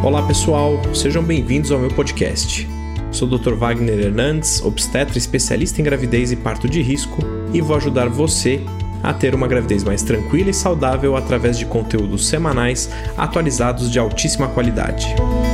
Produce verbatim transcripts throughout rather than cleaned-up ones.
Olá pessoal, sejam bem-vindos ao meu podcast. Sou o doutor Wagner Hernandes, obstetra especialista em gravidez e parto de risco e vou ajudar você a ter uma gravidez mais tranquila e saudável através de conteúdos semanais atualizados de altíssima qualidade.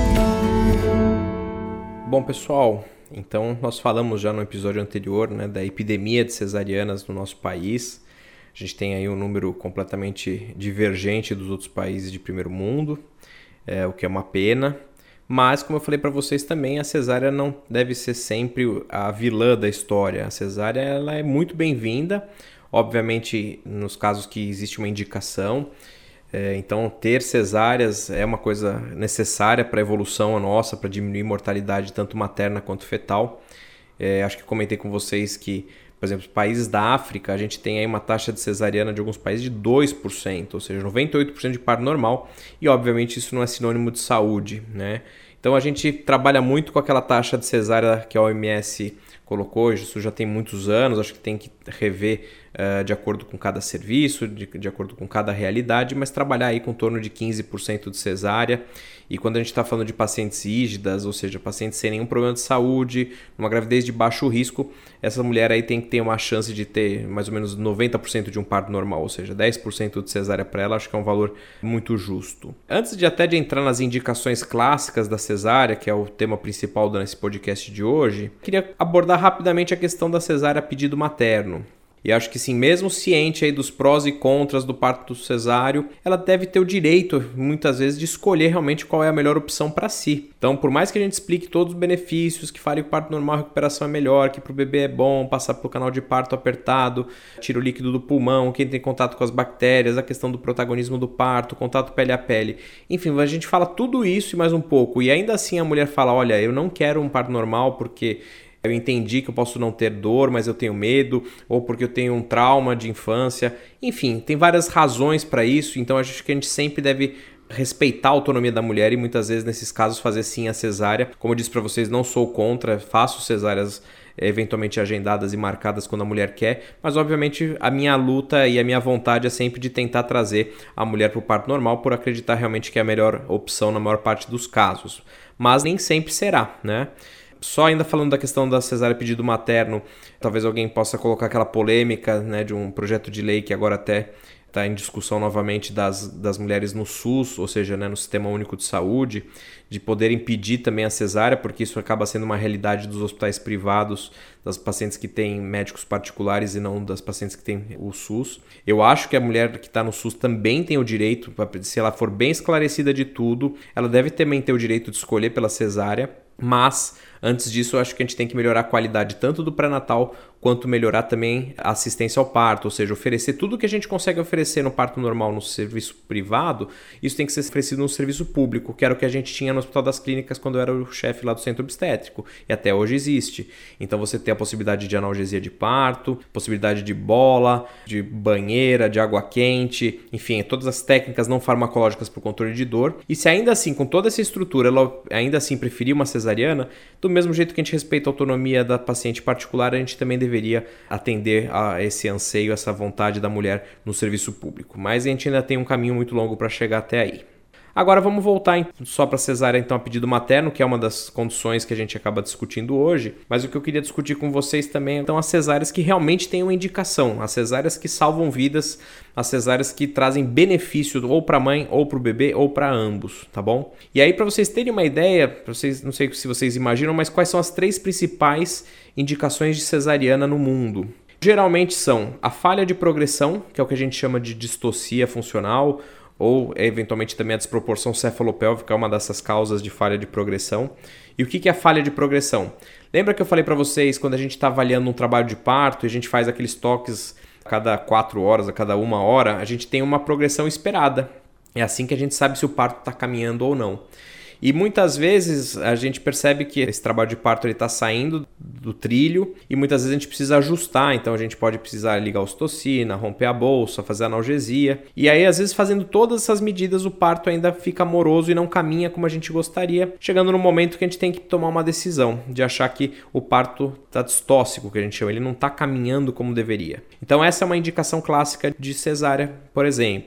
Bom pessoal, então nós falamos já no episódio anterior, né, da epidemia de cesarianas no nosso país. A gente tem aí um número completamente divergente dos outros países de primeiro mundo, é, o que é uma pena. Mas, como eu falei para vocês também, a cesárea não deve ser sempre a vilã da história. A cesárea ela é muito bem-vinda, obviamente nos casos que existe uma indicação. É, então, ter cesáreas é uma coisa necessária para a evolução nossa, para diminuir mortalidade tanto materna quanto fetal. É, acho que comentei com vocês que, por exemplo, países da África, a gente tem aí uma taxa de cesariana de alguns países de dois por cento, ou seja, noventa e oito por cento de parto normal, e obviamente isso não é sinônimo de saúde, né? Então a gente trabalha muito com aquela taxa de cesárea que a O M S colocou, isso já tem muitos anos, acho que tem que rever uh, de acordo com cada serviço, de, de acordo com cada realidade, mas trabalhar aí com torno de quinze por cento de cesárea. E quando a gente está falando de pacientes rígidas, ou seja, pacientes sem nenhum problema de saúde, uma gravidez de baixo risco, essa mulher aí tem que ter uma chance de ter mais ou menos noventa por cento de um parto normal, ou seja, dez por cento de cesárea para ela, acho que é um valor muito justo. Antes de até de entrar nas indicações clássicas da cesárea, que é o tema principal desse podcast de hoje, queria abordar rapidamente a questão da cesárea a pedido materno. E acho que sim, mesmo ciente aí dos prós e contras do parto cesáreo, ela deve ter o direito, muitas vezes, de escolher realmente qual é a melhor opção para si. Então, por mais que a gente explique todos os benefícios, que fale que o parto normal, a recuperação é melhor, que para o bebê é bom passar pelo canal de parto apertado, tira o líquido do pulmão, quem tem contato com as bactérias, a questão do protagonismo do parto, contato pele a pele. Enfim, a gente fala tudo isso e mais um pouco. E ainda assim a mulher fala, olha, eu não quero um parto normal porque eu entendi que eu posso não ter dor, mas eu tenho medo, ou porque eu tenho um trauma de infância. Enfim, tem várias razões para isso, então acho que a gente sempre deve respeitar a autonomia da mulher e muitas vezes nesses casos fazer sim a cesárea. Como eu disse para vocês, não sou contra, faço cesáreas eventualmente agendadas e marcadas quando a mulher quer, mas obviamente a minha luta e a minha vontade é sempre de tentar trazer a mulher para o parto normal por acreditar realmente que é a melhor opção na maior parte dos casos. Mas nem sempre será, né? Só ainda falando da questão da cesárea a pedido materno, talvez alguém possa colocar aquela polêmica, né, de um projeto de lei que agora até está em discussão novamente das, das mulheres no SUS, ou seja, né, no Sistema Único de Saúde, de poder impedir também a cesárea, porque isso acaba sendo uma realidade dos hospitais privados, das pacientes que têm médicos particulares e não das pacientes que têm o SUS. Eu acho que a mulher que está no SUS também tem o direito, se ela for bem esclarecida de tudo, ela deve também ter o direito de escolher pela cesárea, mas antes disso, eu acho que a gente tem que melhorar a qualidade tanto do pré-natal quanto melhorar também a assistência ao parto, ou seja, oferecer tudo o que a gente consegue oferecer no parto normal no serviço privado, isso tem que ser oferecido no serviço público, que era o que a gente tinha no Hospital das Clínicas quando eu era o chefe lá do centro obstétrico, e até hoje existe. Então você tem a possibilidade de analgesia de parto, possibilidade de bola, de banheira, de água quente, enfim, todas as técnicas não farmacológicas para o controle de dor. E se ainda assim, com toda essa estrutura, ela ainda assim preferir uma cesariana, do mesmo jeito que a gente respeita a autonomia da paciente particular, a gente também deveria atender a esse anseio, essa vontade da mulher no serviço público. Mas a gente ainda tem um caminho muito longo para chegar até aí. Agora vamos voltar só para a cesárea então a pedido materno, que é uma das condições que a gente acaba discutindo hoje, mas o que eu queria discutir com vocês também são as cesáreas que realmente têm uma indicação, as cesáreas que salvam vidas, as cesáreas que trazem benefício ou para a mãe, ou para o bebê, ou para ambos, tá bom? E aí para vocês terem uma ideia, pra vocês, não sei se vocês imaginam, mas quais são as três principais indicações de cesariana no mundo? Geralmente são a falha de progressão, que é o que a gente chama de distocia funcional, ou eventualmente também a desproporção cefalopélvica é uma dessas causas de falha de progressão. E o que é a falha de progressão? Lembra que eu falei para vocês quando a gente está avaliando um trabalho de parto e a gente faz aqueles toques a cada quatro horas, a cada uma hora, a gente tem uma progressão esperada. É assim que a gente sabe se o parto está caminhando ou não. E muitas vezes a gente percebe que esse trabalho de parto está saindo do trilho e muitas vezes a gente precisa ajustar, então a gente pode precisar ligar a ocitocina, romper a bolsa, fazer analgesia. E aí às vezes fazendo todas essas medidas o parto ainda fica moroso e não caminha como a gente gostaria, chegando no momento que a gente tem que tomar uma decisão de achar que o parto está distóxico, que a gente chama, ele não está caminhando como deveria. Então essa é uma indicação clássica de cesárea, por exemplo.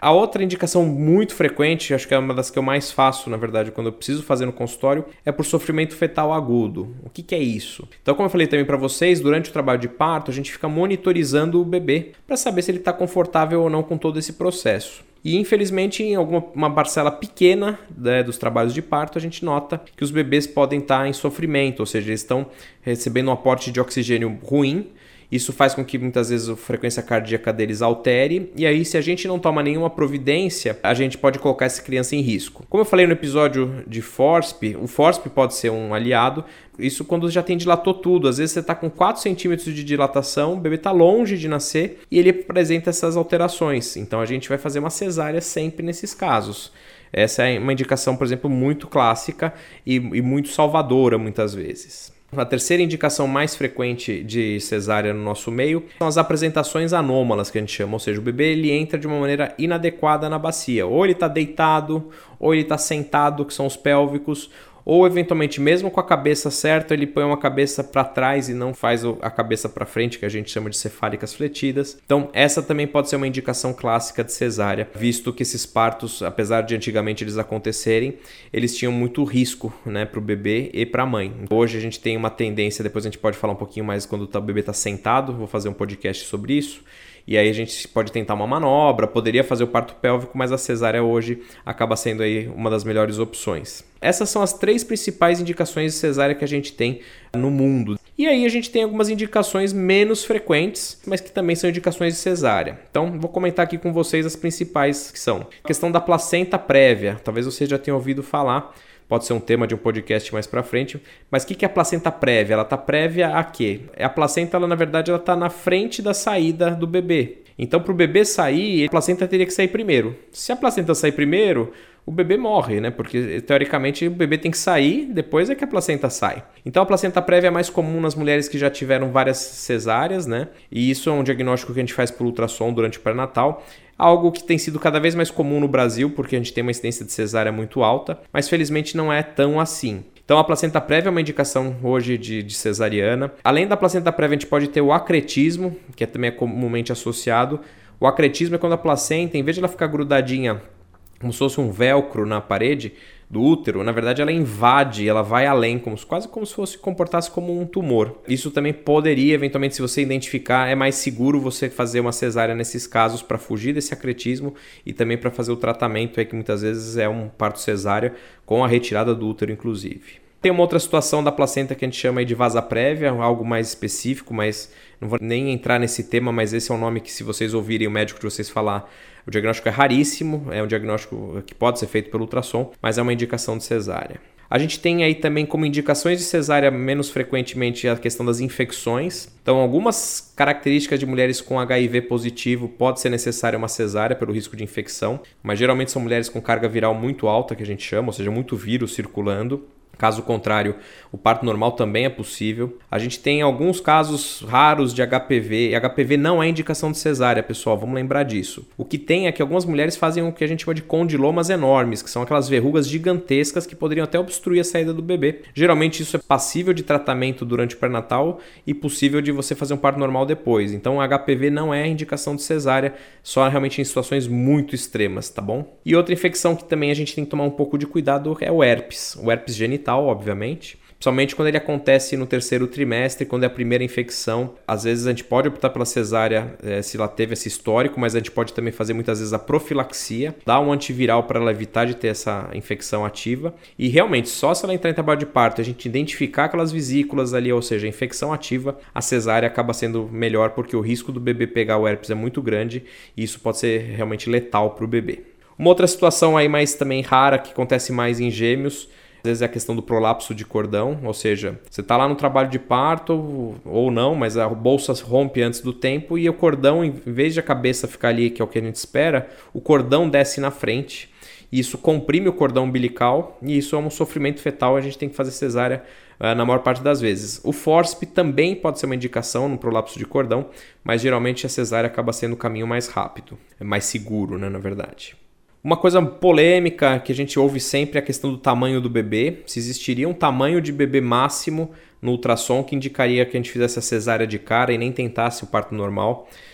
A outra indicação muito frequente, acho que é uma das que eu mais faço, na verdade, quando eu preciso fazer no consultório, é por sofrimento fetal agudo. O que, que é isso? Então, como eu falei também para vocês, durante o trabalho de parto, a gente fica monitorizando o bebê para saber se ele está confortável ou não com todo esse processo. E, infelizmente, em alguma uma parcela pequena, né, dos trabalhos de parto, a gente nota que os bebês podem estar em sofrimento, ou seja, eles estão recebendo um aporte de oxigênio ruim. Isso faz com que muitas vezes a frequência cardíaca deles altere, e aí se a gente não toma nenhuma providência, a gente pode colocar essa criança em risco. Como eu falei no episódio de FORSP, o FORSP pode ser um aliado, isso quando já tem dilatou tudo. Às vezes você está com quatro centímetros de dilatação, o bebê está longe de nascer e ele apresenta essas alterações. Então a gente vai fazer uma cesárea sempre nesses casos. Essa é uma indicação, por exemplo, muito clássica e, e muito salvadora muitas vezes. A terceira indicação mais frequente de cesárea no nosso meio são as apresentações anômalas, que a gente chama, ou seja, o bebê ele entra de uma maneira inadequada na bacia, ou ele está deitado, ou ele está sentado, que são os pélvicos, ou eventualmente mesmo com a cabeça certa, ele põe uma cabeça para trás e não faz a cabeça para frente, que a gente chama de cefálicas fletidas. Então essa também pode ser uma indicação clássica de cesárea, visto que esses partos, apesar de antigamente eles acontecerem, eles tinham muito risco, né, para o bebê e para a mãe. Hoje a gente tem uma tendência, depois a gente pode falar um pouquinho mais quando o bebê está sentado, vou fazer um podcast sobre isso. E aí a gente pode tentar uma manobra, poderia fazer o parto pélvico, mas a cesárea hoje acaba sendo aí uma das melhores opções. Essas são as três principais indicações de cesárea que a gente tem no mundo. E aí a gente tem algumas indicações menos frequentes, mas que também são indicações de cesárea. Então vou comentar aqui com vocês as principais que são. A questão da placenta prévia, talvez você já tenha ouvido falar. Pode ser um tema de um podcast mais para frente. Mas o que é a placenta prévia? Ela está prévia a quê? A placenta, ela, na verdade, ela está na frente da saída do bebê. Então, para o bebê sair, a placenta teria que sair primeiro. Se a placenta sair primeiro, o bebê morre, né? Porque, teoricamente, o bebê tem que sair, depois é que a placenta sai. Então, a placenta prévia é mais comum nas mulheres que já tiveram várias cesáreas, né? E isso é um diagnóstico que a gente faz por ultrassom durante o pré-natal. Algo que tem sido cada vez mais comum no Brasil, porque a gente tem uma incidência de cesárea muito alta, mas felizmente não é tão assim. Então a placenta prévia é uma indicação hoje de, de cesariana. Além da placenta prévia, a gente pode ter o acretismo, que é também é comumente associado. O acretismo é quando a placenta, em vez de ela ficar grudadinha como se fosse um velcro na parede do útero, na verdade ela invade, ela vai além, como, quase como se fosse comportasse como um tumor. Isso também poderia, eventualmente, se você identificar, é mais seguro você fazer uma cesárea nesses casos para fugir desse acretismo e também para fazer o tratamento, é que muitas vezes é um parto cesárea com a retirada do útero, inclusive. Tem uma outra situação da placenta que a gente chama de vasa prévia, algo mais específico, mas não vou nem entrar nesse tema, mas esse é um nome que, se vocês ouvirem o médico de vocês falar, o diagnóstico é raríssimo, é um diagnóstico que pode ser feito pelo ultrassom, mas é uma indicação de cesárea. A gente tem aí também como indicações de cesárea menos frequentemente a questão das infecções. Então, algumas características de mulheres com H I V positivo pode ser necessária uma cesárea pelo risco de infecção, mas geralmente são mulheres com carga viral muito alta, que a gente chama, ou seja, muito vírus circulando. Caso contrário, o parto normal também é possível. A gente tem alguns casos raros de H P V. E H P V não é indicação de cesárea, pessoal. Vamos lembrar disso. O que tem é que algumas mulheres fazem o que a gente chama de condilomas enormes, que são aquelas verrugas gigantescas que poderiam até obstruir a saída do bebê. Geralmente isso é passível de tratamento durante o pré-natal e possível de você fazer um parto normal depois. Então, H P V não é indicação de cesárea, só realmente em situações muito extremas, tá bom? E outra infecção que também a gente tem que tomar um pouco de cuidado é o herpes. O herpes genital, obviamente, principalmente quando ele acontece no terceiro trimestre, quando é a primeira infecção. Às vezes a gente pode optar pela cesárea é, se ela teve esse histórico, mas a gente pode também fazer muitas vezes a profilaxia, dar um antiviral para ela evitar de ter essa infecção ativa. E realmente, só se ela entrar em trabalho de parto, a gente identificar aquelas vesículas ali, ou seja, a infecção ativa, a cesárea acaba sendo melhor, porque o risco do bebê pegar o herpes é muito grande e isso pode ser realmente letal para o bebê. Uma outra situação aí mais também rara, que acontece mais em gêmeos, às vezes é a questão do prolapso de cordão, ou seja, você está lá no trabalho de parto ou não, mas a bolsa rompe antes do tempo e o cordão, em vez de a cabeça ficar ali, que é o que a gente espera, o cordão desce na frente. Isso comprime o cordão umbilical e isso é um sofrimento fetal, a gente tem que fazer cesárea uh, na maior parte das vezes. O FORSP também pode ser uma indicação no prolapso de cordão, mas geralmente a cesárea acaba sendo o caminho mais rápido, é mais seguro, né, na verdade. Uma coisa polêmica que a gente ouve sempre é a questão do tamanho do bebê. Se existiria um tamanho de bebê máximo no ultrassom que indicaria que a gente fizesse a cesárea de cara e nem tentasse o parto normal.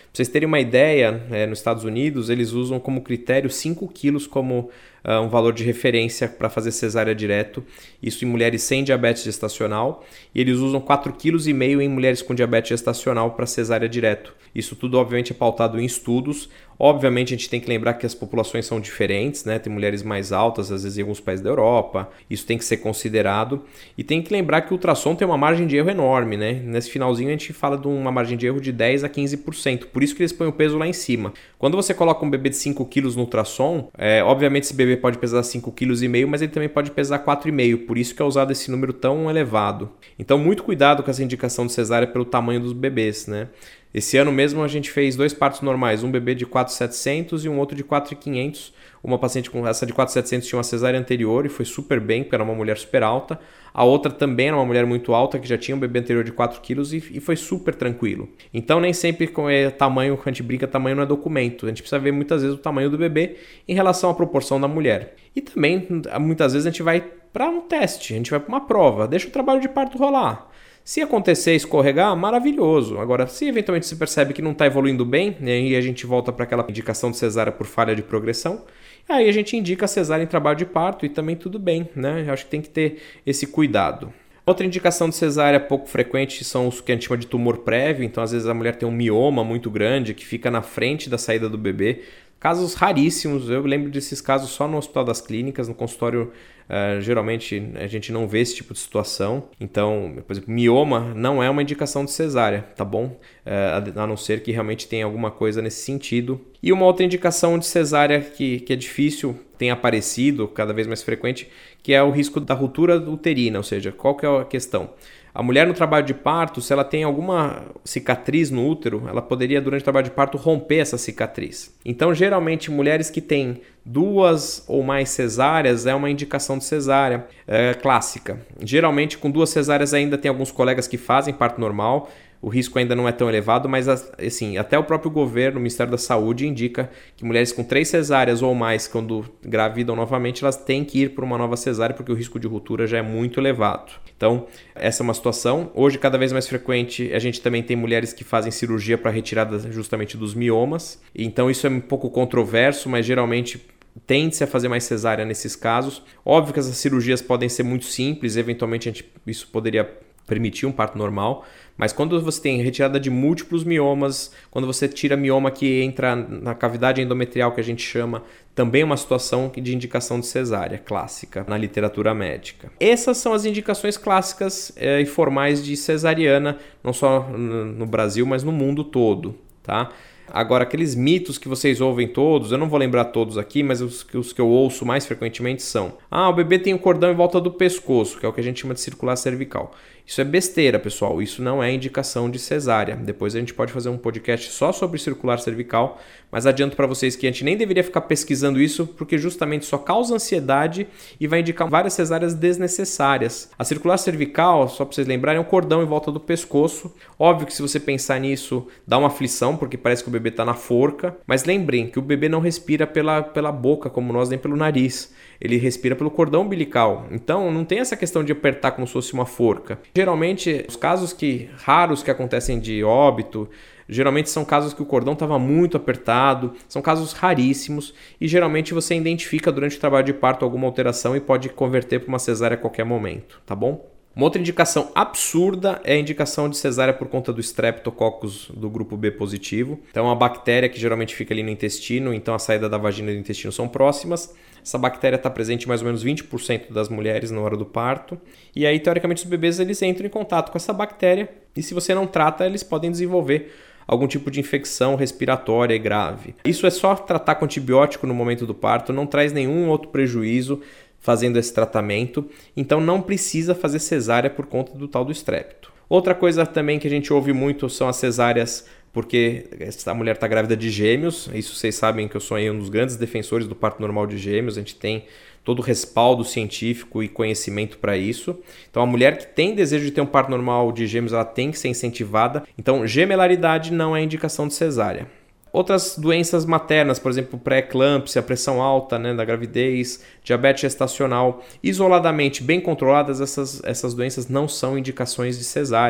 vocês terem uma ideia, é, nos Estados Unidos eles usam como critério cinco quilos como uh, um valor de referência para fazer cesárea direto, isso em mulheres sem diabetes gestacional, e eles usam quatro vírgula cinco quilos em mulheres com diabetes gestacional para cesárea direto. Isso tudo obviamente é pautado em estudos. Obviamente a gente tem que lembrar que as populações são diferentes, né? Tem mulheres mais altas, às vezes em alguns países da Europa, isso tem que ser considerado. E tem que lembrar que o ultrassom tem uma margem de erro enorme, né? Nesse finalzinho a gente fala de uma margem de erro de dez a quinze por cento, por isso que eles põem o peso lá em cima. Quando você coloca um bebê de cinco quilos no ultrassom, é, obviamente esse bebê pode pesar cinco vírgula cinco quilos, mas ele também pode pesar quatro vírgula cinco, por isso que é usado esse número tão elevado. Então muito cuidado com essa indicação de cesárea pelo tamanho dos bebês, né? Esse ano mesmo a gente fez dois partos normais, um bebê de quatro mil e setecentos e um outro de quatro mil e quinhentos. Uma paciente com essa de quatro mil e setecentos tinha uma cesárea anterior e foi super bem, porque era uma mulher super alta. A outra também era uma mulher muito alta, que já tinha um bebê anterior de quatro quilos e, e foi super tranquilo. Então nem sempre com é, tamanho, quando a gente brinca, tamanho não é documento. A gente precisa ver muitas vezes o tamanho do bebê em relação à proporção da mulher. E também, muitas vezes a gente vai para um teste, a gente vai para uma prova, deixa o trabalho de parto rolar. Se acontecer escorregar, maravilhoso. Agora, se eventualmente se percebe que não está evoluindo bem, e aí a gente volta para aquela indicação de cesárea por falha de progressão, aí a gente indica a cesárea em trabalho de parto e também tudo bem, né? Eu acho que tem que ter esse cuidado. Outra indicação de cesárea pouco frequente são os que a gente chama de tumor prévio. Então, às vezes a mulher tem um mioma muito grande que fica na frente da saída do bebê. Casos raríssimos, eu lembro desses casos só no Hospital das Clínicas, no consultório, uh, geralmente a gente não vê esse tipo de situação. Então, por exemplo, mioma não é uma indicação de cesárea, tá bom? Uh, a não ser que realmente tenha alguma coisa nesse sentido. E uma outra indicação de cesárea que, que é difícil, tem aparecido cada vez mais frequente, que é o risco da ruptura uterina, ou seja, qual que é a questão? A mulher no trabalho de parto, se ela tem alguma cicatriz no útero, ela poderia durante o trabalho de parto romper essa cicatriz. Então, geralmente, mulheres que têm duas ou mais cesáreas é uma indicação de cesárea é, clássica. Geralmente, com duas cesáreas ainda tem alguns colegas que fazem parto normal. O risco ainda não é tão elevado, mas assim, até o próprio governo, o Ministério da Saúde, indica que mulheres com três cesáreas ou mais, quando gravidam novamente, elas têm que ir por uma nova cesárea, porque o risco de ruptura já é muito elevado. Então, essa é uma situação. Hoje, cada vez mais frequente, a gente também tem mulheres que fazem cirurgia para retirada justamente dos miomas. Então, isso é um pouco controverso, mas geralmente tende-se a fazer mais cesárea nesses casos. Óbvio que essas cirurgias podem ser muito simples, eventualmente a gente, isso poderia permitir um parto normal, mas quando você tem retirada de múltiplos miomas, quando você tira mioma que entra na cavidade endometrial, que a gente chama, também é uma situação de indicação de cesárea clássica na literatura médica. Essas são as indicações clássicas eh, e formais de cesariana, não só no Brasil, mas no mundo todo, tá? Agora, aqueles mitos que vocês ouvem todos, eu não vou lembrar todos aqui, mas os, os que eu ouço mais frequentemente são: ah, o bebê tem um cordão em volta do pescoço, que é o que a gente chama de circular cervical. Isso é besteira, pessoal. Isso não é indicação de cesárea. Depois a gente pode fazer um podcast só sobre circular cervical, mas adianto para vocês que a gente nem deveria ficar pesquisando isso, porque justamente só causa ansiedade e vai indicar várias cesáreas desnecessárias. A circular cervical, só para vocês lembrarem, é um cordão em volta do pescoço. Óbvio que se você pensar nisso, dá uma aflição, porque parece que o bebê está na forca, mas lembrem que o bebê não respira pela, pela boca, como nós, nem pelo nariz. Ele respira pelo cordão umbilical. Então, não tem essa questão de apertar como se fosse uma forca. Geralmente, os casos que, raros que acontecem de óbito, geralmente são casos que o cordão estava muito apertado, são casos raríssimos e geralmente você identifica durante o trabalho de parto alguma alteração e pode converter para uma cesárea a qualquer momento, tá bom? Uma outra indicação absurda é a indicação de cesárea por conta do Streptococcus do grupo B positivo. Então, é uma bactéria que geralmente fica ali no intestino, então a saída da vagina e do intestino são próximas. Essa bactéria está presente em mais ou menos vinte por cento das mulheres na hora do parto. E aí, teoricamente, os bebês eles entram em contato com essa bactéria e se você não trata, eles podem desenvolver algum tipo de infecção respiratória grave. Isso é só tratar com antibiótico no momento do parto, não traz nenhum outro prejuízo fazendo esse tratamento, então não precisa fazer cesárea por conta do tal do estrepto. Outra coisa também que a gente ouve muito são as cesáreas porque a mulher está grávida de gêmeos. Isso vocês sabem que eu sou aí um dos grandes defensores do parto normal de gêmeos, a gente tem todo o respaldo científico e conhecimento para isso. Então a mulher que tem desejo de ter um parto normal de gêmeos, ela tem que ser incentivada. Então gemelaridade não é indicação de cesárea. Outras doenças maternas, por exemplo, pré-eclâmpsia, pressão alta, né, da gravidez, diabetes gestacional, isoladamente bem controladas, essas, essas doenças não são indicações de cesárea.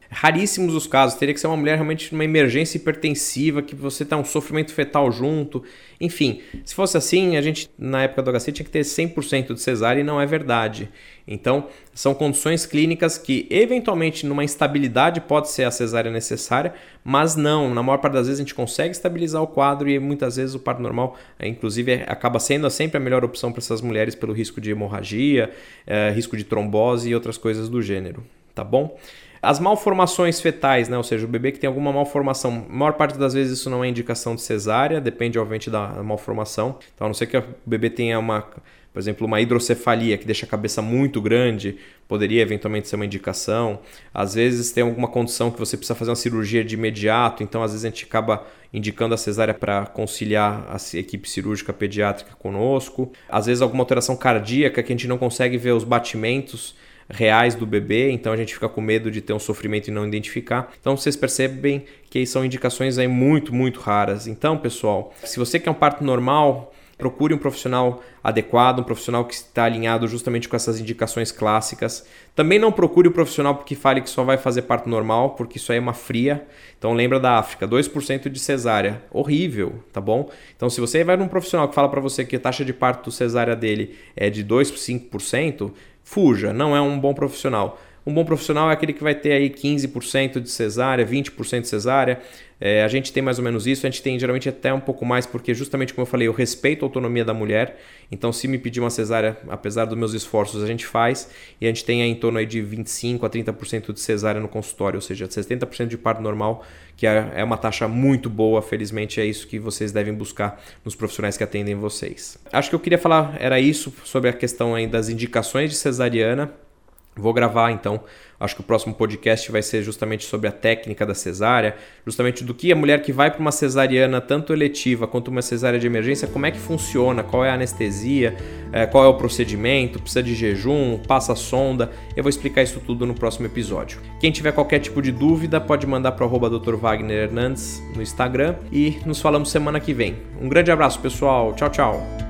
Raríssimos os casos, teria que ser uma mulher realmente numa emergência hipertensiva, que você tá um sofrimento fetal junto. Enfim, se fosse assim, a gente na época do H C tinha que ter cem por cento de cesárea e não é verdade. Então, são condições clínicas que eventualmente numa instabilidade pode ser a cesárea necessária, mas não, na maior parte das vezes a gente consegue estabilizar o quadro e muitas vezes o parto normal, inclusive, acaba sendo sempre a melhor opção para essas mulheres pelo risco de hemorragia, eh, risco de trombose e outras coisas do gênero, tá bom? As malformações fetais, né? Ou seja, o bebê que tem alguma malformação, a maior parte das vezes isso não é indicação de cesárea, depende obviamente da malformação. Então, a não ser que o bebê tenha uma, por exemplo, uma hidrocefalia que deixa a cabeça muito grande, poderia eventualmente ser uma indicação. Às vezes tem alguma condição que você precisa fazer uma cirurgia de imediato, então às vezes a gente acaba indicando a cesárea para conciliar a equipe cirúrgica pediátrica conosco. Às vezes alguma alteração cardíaca que a gente não consegue ver os batimentos reais do bebê, então a gente fica com medo de ter um sofrimento e não identificar. Então vocês percebem que são indicações aí muito, muito raras. Então, pessoal, se você quer um parto normal, procure um profissional adequado, um profissional que está alinhado justamente com essas indicações clássicas. Também não procure o profissional que fale que só vai fazer parto normal, porque isso aí é uma fria. Então lembra da África, dois por cento de cesárea. Horrível, tá bom? Então se você vai num profissional que fala para você que a taxa de parto cesárea dele é de dois por cinco por cento, fuja, não é um bom profissional. Um bom profissional é aquele que vai ter aí quinze por cento de cesárea, vinte por cento de cesárea. É, a gente tem mais ou menos isso, a gente tem geralmente até um pouco mais, porque justamente como eu falei, eu respeito a autonomia da mulher. Então se me pedir uma cesárea, apesar dos meus esforços, a gente faz. E a gente tem aí em torno aí de vinte e cinco a trinta por cento de cesárea no consultório, ou seja, setenta por cento de parto normal, que é uma taxa muito boa. Felizmente é isso que vocês devem buscar nos profissionais que atendem vocês. Acho que eu queria falar, era isso, sobre a questão aí das indicações de cesariana. Vou gravar então, acho que o próximo podcast vai ser justamente sobre a técnica da cesárea, justamente do que a mulher que vai para uma cesariana, tanto eletiva quanto uma cesárea de emergência, como é que funciona, qual é a anestesia, qual é o procedimento, precisa de jejum, passa a sonda. Eu vou explicar isso tudo no próximo episódio. Quem tiver qualquer tipo de dúvida pode mandar para o arroba doutor Wagner Hernandes no Instagram e nos falamos semana que vem. Um grande abraço, pessoal. Tchau, tchau.